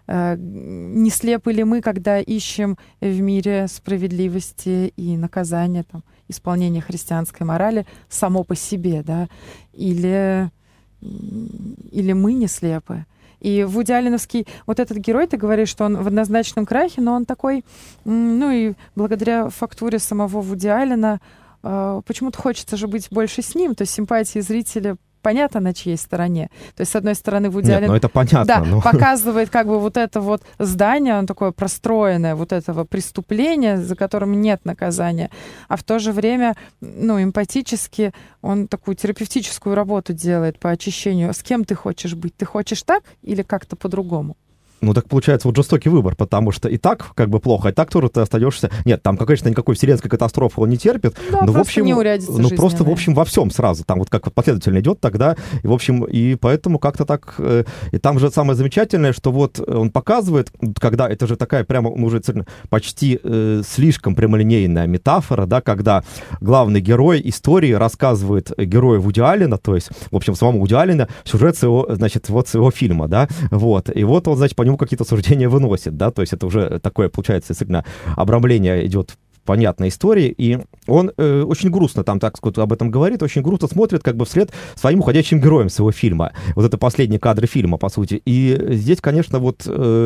Не слепы ли мы, когда ищем в мире справедливости и наказания, там, исполнения христианской морали само по себе, да? Или мы не слепы? И Вуди Алленовский, вот этот герой, ты говоришь, что он в однозначном крахе, но он такой, ну и благодаря фактуре самого Вуди Аллена почему-то хочется же быть больше с ним, то есть симпатии зрителя понятно, на чьей стороне. То есть, с одной стороны, Вуди Аллен... ну это понятно. Да, показывает как бы вот это вот здание, оно такое простроенное, вот этого преступления, за которым нет наказания. А в то же время, ну, эмпатически он такую терапевтическую работу делает по очищению. С кем ты хочешь быть? Ты хочешь так или как-то по-другому? Ну, так получается вот жестокий выбор, потому что и так как бы плохо, и так тоже ты остаешься... Нет, там, конечно, никакой вселенской катастрофы он не терпит, да, но в общем... Ну, просто, в общем, во всем сразу. Там вот как последовательно идет тогда, и, в общем, и поэтому как-то так... И там же самое замечательное, что вот он показывает, когда это же такая прямо, уже почти слишком прямолинейная метафора, да, когда главный герой истории рассказывает герою Вуди Аллена, то есть, в общем, самому Вуди Аллена, сюжет своего, значит, вот своего фильма, да, вот. И вот он, значит, по нему какие-то суждения выносит, да, то есть это уже такое, получается, действительно, обрамление идет в понятной истории, и он очень грустно там, так сказать, об этом говорит, очень грустно смотрит как бы вслед своим уходящим героям своего фильма. Вот это последние кадры фильма, по сути. И здесь, конечно, вот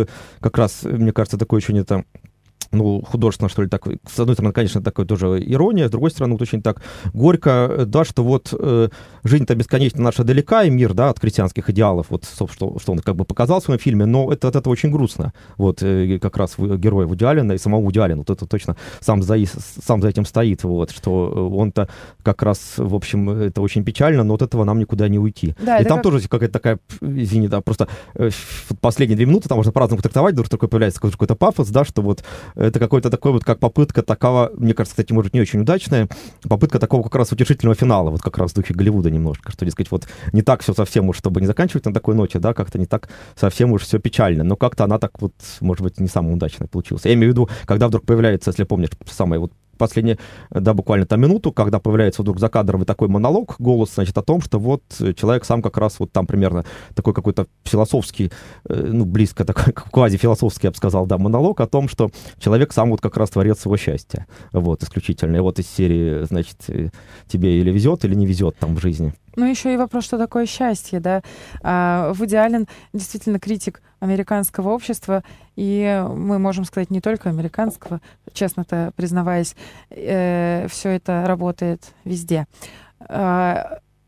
как раз, мне кажется, такое очень это... ну, художественно, что ли, так, с одной стороны, конечно, такая тоже ирония, с другой стороны, вот очень так горько, да, что вот жизнь-то бесконечно наша далека, и мир, да, от христианских идеалов, вот, что он как бы показал в своем фильме, но это от этого очень грустно, вот, как раз герой Вуди Аллена и самого Вуди Аллена, вот это точно сам за этим стоит, вот, что он-то как раз, в общем, это очень печально, но от этого нам никуда не уйти. Да, и там тоже какая-то такая, извини, да, просто последние 2 минуты, там можно по-разному трактовать, вдруг такой появляется какой-то пафос, да, что вот это какой-то такой вот, как попытка такого, мне кажется, кстати, может, не очень удачная, попытка такого как раз утешительного финала, вот как раз в духе Голливуда немножко, что, дескать, вот не так все совсем уж, чтобы не заканчивать на такой ноте, да, как-то не так совсем уж все печально, но как-то она так вот, может быть, не самая удачная получилась. Я имею в виду, когда вдруг появляется, если помнишь, самое вот последние, да, буквально там минуту, когда появляется вдруг закадровый такой монолог, голос, значит, о том, что вот человек сам как раз вот там примерно такой какой-то философский, ну, близко такой, квазифилософский, я бы сказал, да, монолог о том, что человек сам вот как раз творец его счастья, вот, исключительно. И вот из серии, значит, тебе или везет, или не везет там в жизни. Ну, еще и вопрос, что такое счастье, да. Вуди Аллен действительно критик американского общества, и мы можем сказать не только американского, честно-то признаваясь, все это работает везде.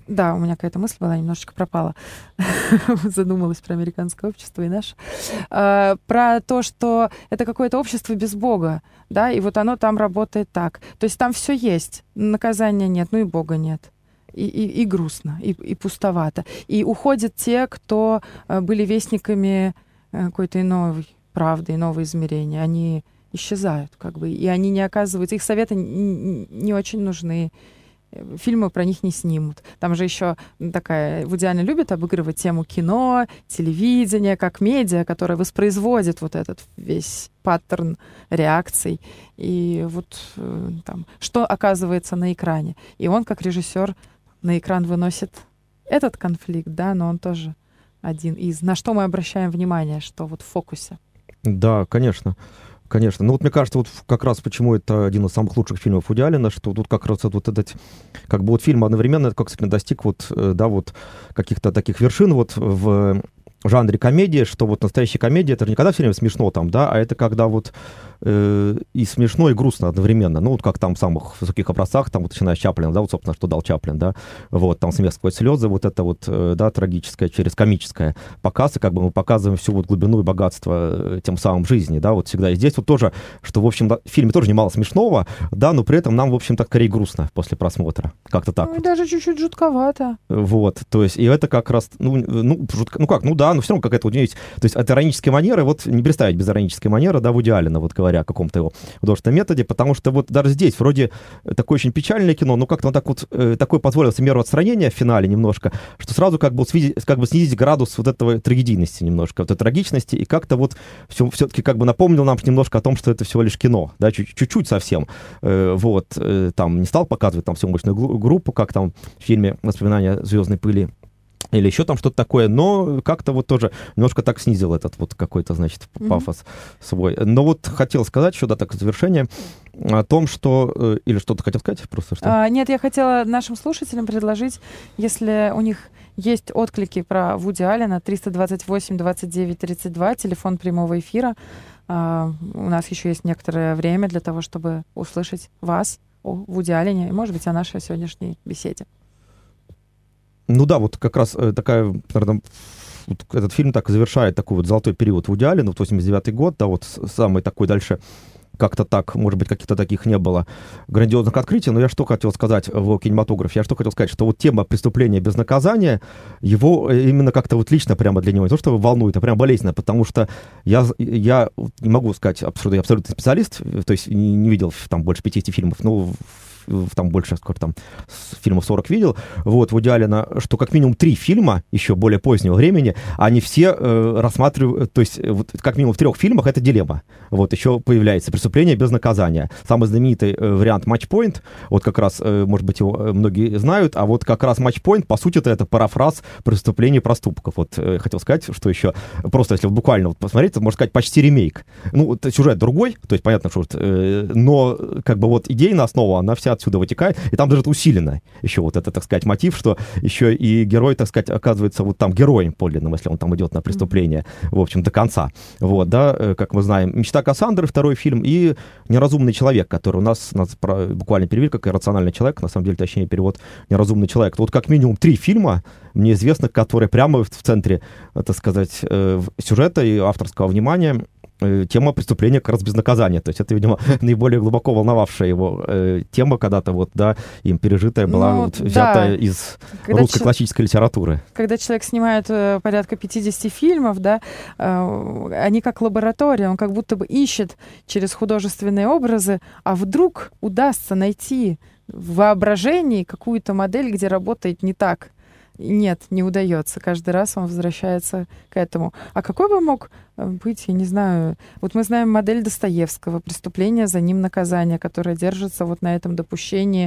Да, у меня какая-то мысль была, немножечко пропала. Задумалась про американское общество и наше. Про то, что это какое-то общество без Бога, да, и вот оно там работает так. То есть там все есть, наказания нет, ну и Бога нет. И грустно, и пустовато. И уходят те, кто были вестниками какой-то иной правды, иного измерения. Они исчезают, как бы, и они не оказываются, их советы не очень нужны. Фильмы про них не снимут. Там же еще такая... Вуди Аллен любит обыгрывать тему кино, телевидения, как медиа, которое воспроизводит вот этот весь паттерн реакций. И вот там, что оказывается на экране. И он, как режиссер, на экран выносит этот конфликт, да, но он тоже один из... На что мы обращаем внимание, что вот в фокусе. Да, конечно. Конечно. Ну вот мне кажется, вот как раз почему это один из самых лучших фильмов Вуди Аллена, что тут как раз вот этот, как бы вот фильм одновременно, как сказать, достиг вот, да, вот каких-то таких вершин вот в жанре комедии, что вот настоящая комедия, это же не когда все время смешно там, да, а это когда вот и смешно, и грустно одновременно. Ну, вот как там в самых высоких образцах, там вот начиная с Чаплина, да, вот, собственно, что дал Чаплин, да, вот, там смех сквозь слезы, вот это вот, да, трагическое через комическое показ, и как бы мы показываем всю вот глубину и богатство тем самым жизни, да, вот всегда. И здесь вот тоже, что, в общем, в фильме тоже немало смешного, да, но при этом нам, в общем-то, скорее грустно после просмотра. Как-то так. Ну, вот. Даже чуть-чуть жутковато. Вот, то есть, и это как раз, жутко, ну как, ну да, но все равно какая-то вот у него есть, то есть от иронической манеры, вот не представить без иронической манеры, да, Вуди Аллена, вот говоря о каком-то его художественном методе, потому что вот даже здесь вроде такое очень печальное кино, но как-то он так вот, такой позволил себе меру отстранения в финале немножко, что сразу как бы снизить градус вот этого трагедийности немножко, вот этой трагичности, и как-то вот все-таки как бы напомнил нам немножко о том, что это всего лишь кино, да, чуть-чуть совсем, вот, там не стал показывать там всю мощную группу, как там в фильме «Воспоминания звездной пыли», или еще там что-то такое, но как-то вот тоже немножко так снизил этот вот какой-то, значит, пафос свой. Но вот хотел сказать еще, да, так, в завершение, о том, что... Или что-то хотел сказать? Просто что? Нет, я хотела нашим слушателям предложить, если у них есть отклики про Вуди Аллена, 328-29-32, телефон прямого эфира. У нас еще есть некоторое время для того, чтобы услышать вас о Вуди Аллене и, может быть, о нашей сегодняшней беседе. Ну да, вот как раз такая, наверное, вот этот фильм так завершает такой вот золотой период Вуди Аллена, вот 89-й год, да, вот самый такой дальше как-то так, может быть, каких-то таких не было грандиозных открытий, но я что хотел сказать в кинематографе? Я что хотел сказать, что вот тема преступления без наказания, его именно как-то вот лично прямо для него, не то, что волнует, а прям болезненно, потому что я не могу сказать, что я абсолютный специалист, то есть не видел там больше 50 фильмов, ну, там больше, сколько там, фильмов 40 видел, вот, Вуди Аллена, что как минимум 3 фильма еще более позднего времени, они все рассматривают, то есть вот, как минимум в 3 фильмах это дилемма. Вот, еще появляется «Преступление без наказания». Самый знаменитый вариант «Матчпоинт», вот как раз, может быть, его многие знают, а вот как раз «Матчпоинт», по сути, это парафраз «Преступление и проступков». Вот хотел сказать, что еще, просто если вот буквально вот посмотреть, то можно сказать почти ремейк. Ну, сюжет другой, то есть понятно, что но как бы вот идейная основа, она вся отсюда вытекает, и там даже это усилено еще вот это, так сказать, мотив, что еще и герой, так сказать, оказывается вот там героем подлинным, если он там идет на преступление, в общем, до конца. Вот, да, как мы знаем. «Мечта Кассандры», второй фильм, и «Неразумный человек», который у нас буквально перевели как «Иррациональный человек», на самом деле, точнее, перевод «Неразумный человек». Вот как минимум 3 фильма, мне известно, которые прямо в центре, так сказать, сюжета и авторского внимания тема преступления как раз без наказания. То есть это, видимо, наиболее глубоко волновавшая его тема когда-то, вот, да, им пережитая была вот, взята из русской классической литературы. Когда человек снимает порядка 50 фильмов, да, они как лаборатория, он как будто бы ищет через художественные образы, а вдруг удастся найти в воображении какую-то модель, где работает не так. Нет, не удается. Каждый раз он возвращается к этому. А какой бы мог быть, я не знаю... Вот мы знаем модель Достоевского, «Преступление, за ним наказание», которое держится вот на этом допущении,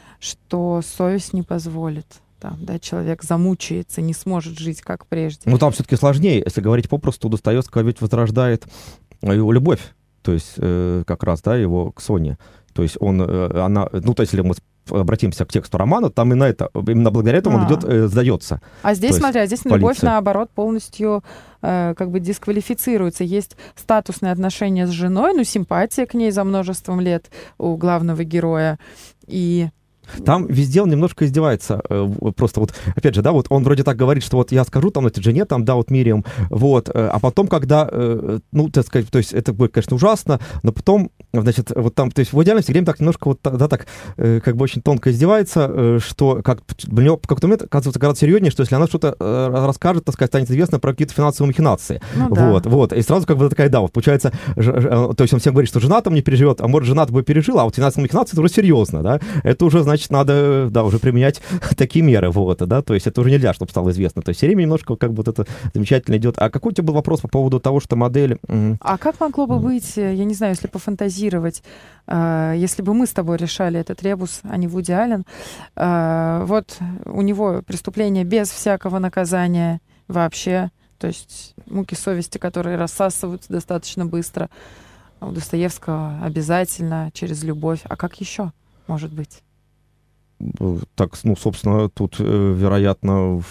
что совесть не позволит. Там, да, человек замучается, не сможет жить, как прежде. Ну, там все-таки сложнее. Если говорить попросту, Достоевского ведь возрождает его любовь. То есть как раз, да, его к Соне. То есть она... Ну, то есть, если мы обратимся к тексту романа, там именно благодаря этому он идет, сдается. А здесь, смотря, здесь любовь, наоборот, полностью как бы дисквалифицируется. Есть статусные отношения с женой, ну, симпатия к ней за множеством лет у главного героя. И Там везде он немножко издевается. Просто вот, опять же, да, вот он вроде так говорит, что вот я скажу там этой жене, там, да, вот Мириам, вот, а потом, когда, ну, так сказать, то есть это будет, конечно, ужасно, но потом, значит, вот там, то есть в идеальном все время так немножко вот, да, так, как бы очень тонко издевается, что как для него в какой-то момент оказывается гораздо серьезнее, что если она что-то расскажет, так сказать, станет известно про какие-то финансовые махинации. Ну, да. Вот, и сразу как бы такая, да, вот получается, то есть он всем говорит, что жена там не переживет, а может, жена бы пережила, а вот финансовые махинации это уже серьезно, да, это уже, значит, надо, да, уже применять такие меры, вот, да, то есть это уже нельзя, чтобы стало известно, то есть все время немножко как бы вот это замечательно идет. А какой у тебя был вопрос по поводу того, что модель... А как могло бы быть, я не знаю, если пофантазировать, если бы мы с тобой решали этот ребус, а не Вуди Аллен, вот у него преступление без всякого наказания вообще, то есть муки совести, которые рассасываются достаточно быстро, у Достоевского обязательно через любовь. А как еще может быть? Так, ну, собственно, тут, вероятно,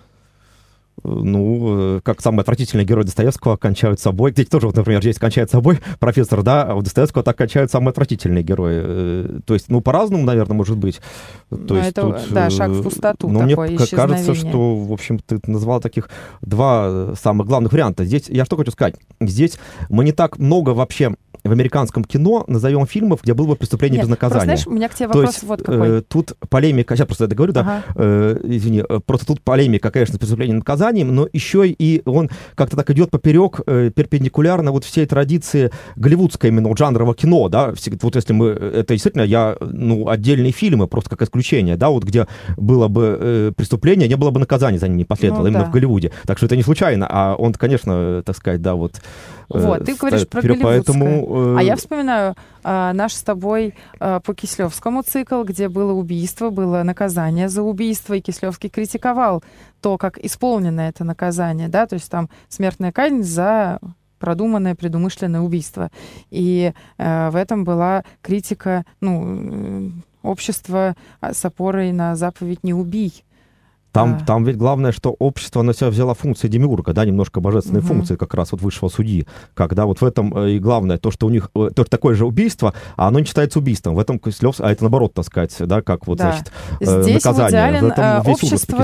ну, как самый отвратительный герой Достоевского кончают собой. Здесь тоже, вот, например, здесь кончает собой профессор, да, а у Достоевского так кончают самые отвратительные герои. То есть, ну, по-разному, наверное, может быть. То есть, это, тут, да, шаг в пустоту, но такое мне кажется, что, в общем, ты назвал таких два самых главных варианта. Здесь, я что хочу сказать, здесь мы не так много вообще в американском кино назовем фильмов, где было бы преступление без наказания. Знаешь, у меня к тебе вопрос есть, вот какой. Тут полемика, сейчас просто это говорю, да, извини, просто тут полемика, конечно, с преступлением и наказанием, но еще и он как-то так идет поперек, перпендикулярно вот всей традиции голливудской именно жанрового кино, да, вот если мы, это действительно, ну, отдельные фильмы, просто как исключение, да, вот где было бы преступление, не было бы наказания за ним не последовало, именно в Голливуде. Так что это не случайно, а он, конечно, так сказать, да, вот... Вот, ты говоришь про голливудское. А я вспоминаю наш с тобой по Кислевскому цикл, где было убийство, было наказание за убийство, и Кислевский критиковал то, как исполнено это наказание, да, то есть там смертная казнь за продуманное, предумышленное убийство. И в этом была критика, ну, общества с опорой на заповедь «не убий». Там ведь главное, что общество на себя взяло функции демиурга, да, немножко божественные функции как раз вот высшего судьи. Когда вот в этом и главное, то, что у них тоже такое же убийство, а оно не считается убийством. В этом Кислевский, а это наоборот, так сказать, да, как вот, значит, здесь наказание. В этом общество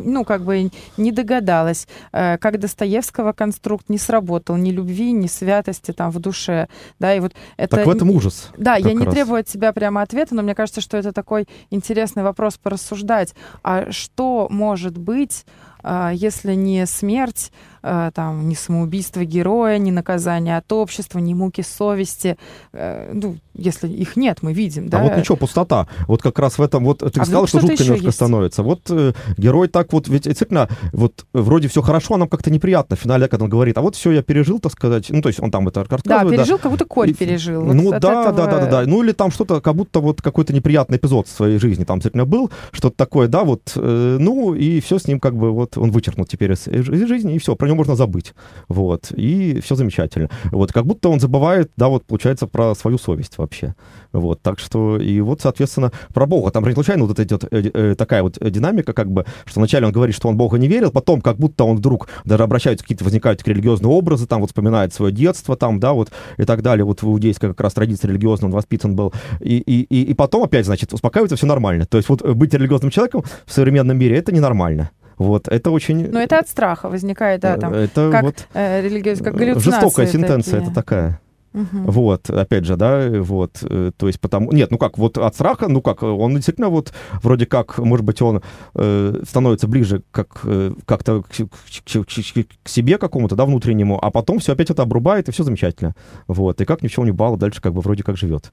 не догадалось, как Достоевского конструкт не сработал, ни любви, ни святости там в душе. Да, и вот это... Так в этом ужас. Да, я не требую от тебя прямо ответа, но мне кажется, что это такой интересный вопрос порассуждать. А что может быть, если не смерть, там, не самоубийство героя, не наказание от общества, не муки совести, ну, если их нет, мы видим, да? А вот ничего, пустота. Вот как раз в этом, вот ты сказал, что жутко немножко есть. Становится. Вот герой так вот, ведь действительно, вот вроде все хорошо, а нам как-то неприятно в финале, когда он говорит, а вот все, я пережил, так сказать, ну, то есть он там это рассказывает. Да, пережил, как будто Коль пережил. Вот ну, да. Ну, или там что-то, как будто вот какой-то неприятный эпизод в своей жизни там действительно был, что-то такое, да, вот, ну, и все с ним как бы вот он вычеркнут теперь из жизни, и все, про него можно забыть. Вот. И все замечательно. Вот. Как будто он забывает, да, вот, получается, про свою совесть вообще. Вот. Так что, и вот, соответственно, про Бога. Там же не случайно вот идет такая вот динамика, как бы, что вначале он говорит, что он Бога не верил, потом как будто он вдруг даже обращается, какие-то возникают религиозные образы, там вот вспоминает свое детство, там, да, вот, и так далее. Вот в иудейской как раз традиции религиозной он воспитан был. И потом опять, значит, успокаивается, все нормально. То есть вот быть религиозным человеком в современном мире — это ненормально. Вот, это очень... Но это от страха возникает, да, там, это как вот как галлюцинации. Жестокая сентенция это такая. Вот, опять же, да, вот, то есть потому... Нет, ну как, вот от страха, ну как, он действительно вот вроде как, может быть, он становится ближе как-то к себе какому-то, да, внутреннему, а потом все опять это обрубает, и все замечательно. Вот, и как ни в чем не бывало, дальше как бы вроде как живет.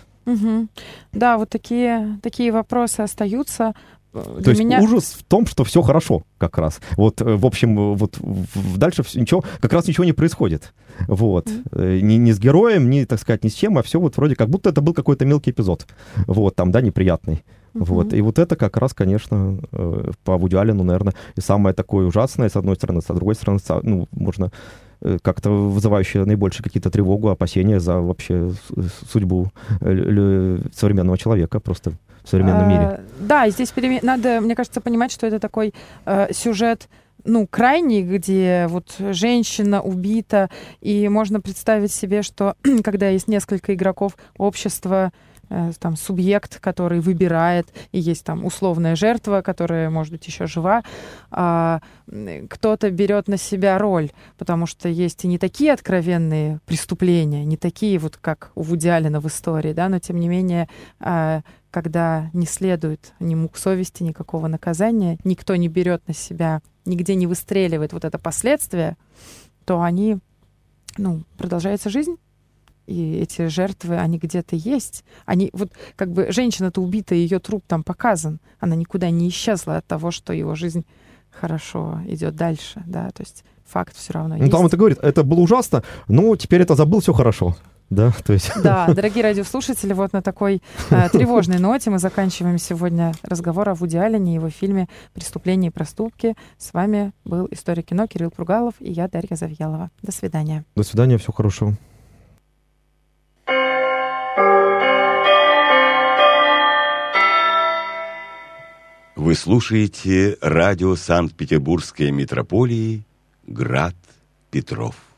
Да, вот такие вопросы остаются. То есть ужас в том, что все хорошо как раз. Вот, в общем, вот дальше ничего, как раз ничего не происходит. Вот. Ни с героем, ни, так сказать, ни с чем, а все вот вроде как будто это был какой-то мелкий эпизод. Вот, там, да, неприятный. Вот. И вот это как раз, конечно, по Вуди Аллену, наверное, и самое такое ужасное, с одной стороны, с другой стороны, ну, можно как-то вызывающее наибольшие какие-то тревогу, опасения за вообще судьбу современного человека просто в современном мире. Да, и здесь надо, мне кажется, понимать, что это такой сюжет, ну, крайний, где вот женщина убита, и можно представить себе, что когда есть несколько игроков, общество там субъект, который выбирает, и есть там условная жертва, которая, может быть, еще жива. Кто-то берет на себя роль, потому что есть и не такие откровенные преступления, не такие вот, как у Вуди Аллена в истории, да, но тем не менее, когда не следует ни мук совести, никакого наказания, никто не берет на себя, нигде не выстреливает вот это последствие, то они, продолжается жизнь. И эти жертвы, они где-то есть. Они, вот как бы женщина-то убита, ее труп там показан. Она никуда не исчезла от того, что его жизнь хорошо идет дальше, да, то есть факт все равно есть. Там это говорит, это было ужасно, но теперь это забыл, все хорошо. Да, то есть... Да, дорогие радиослушатели, вот на такой тревожной ноте мы заканчиваем сегодня разговор о Вуди Аллене и его фильме «Преступления и проступки». С вами был историк кино Кирилл Пругалов и я, Дарья Завьялова. До свидания. До свидания, всего хорошего. Вы слушаете радио Санкт-Петербургской метрополии «Град Петров».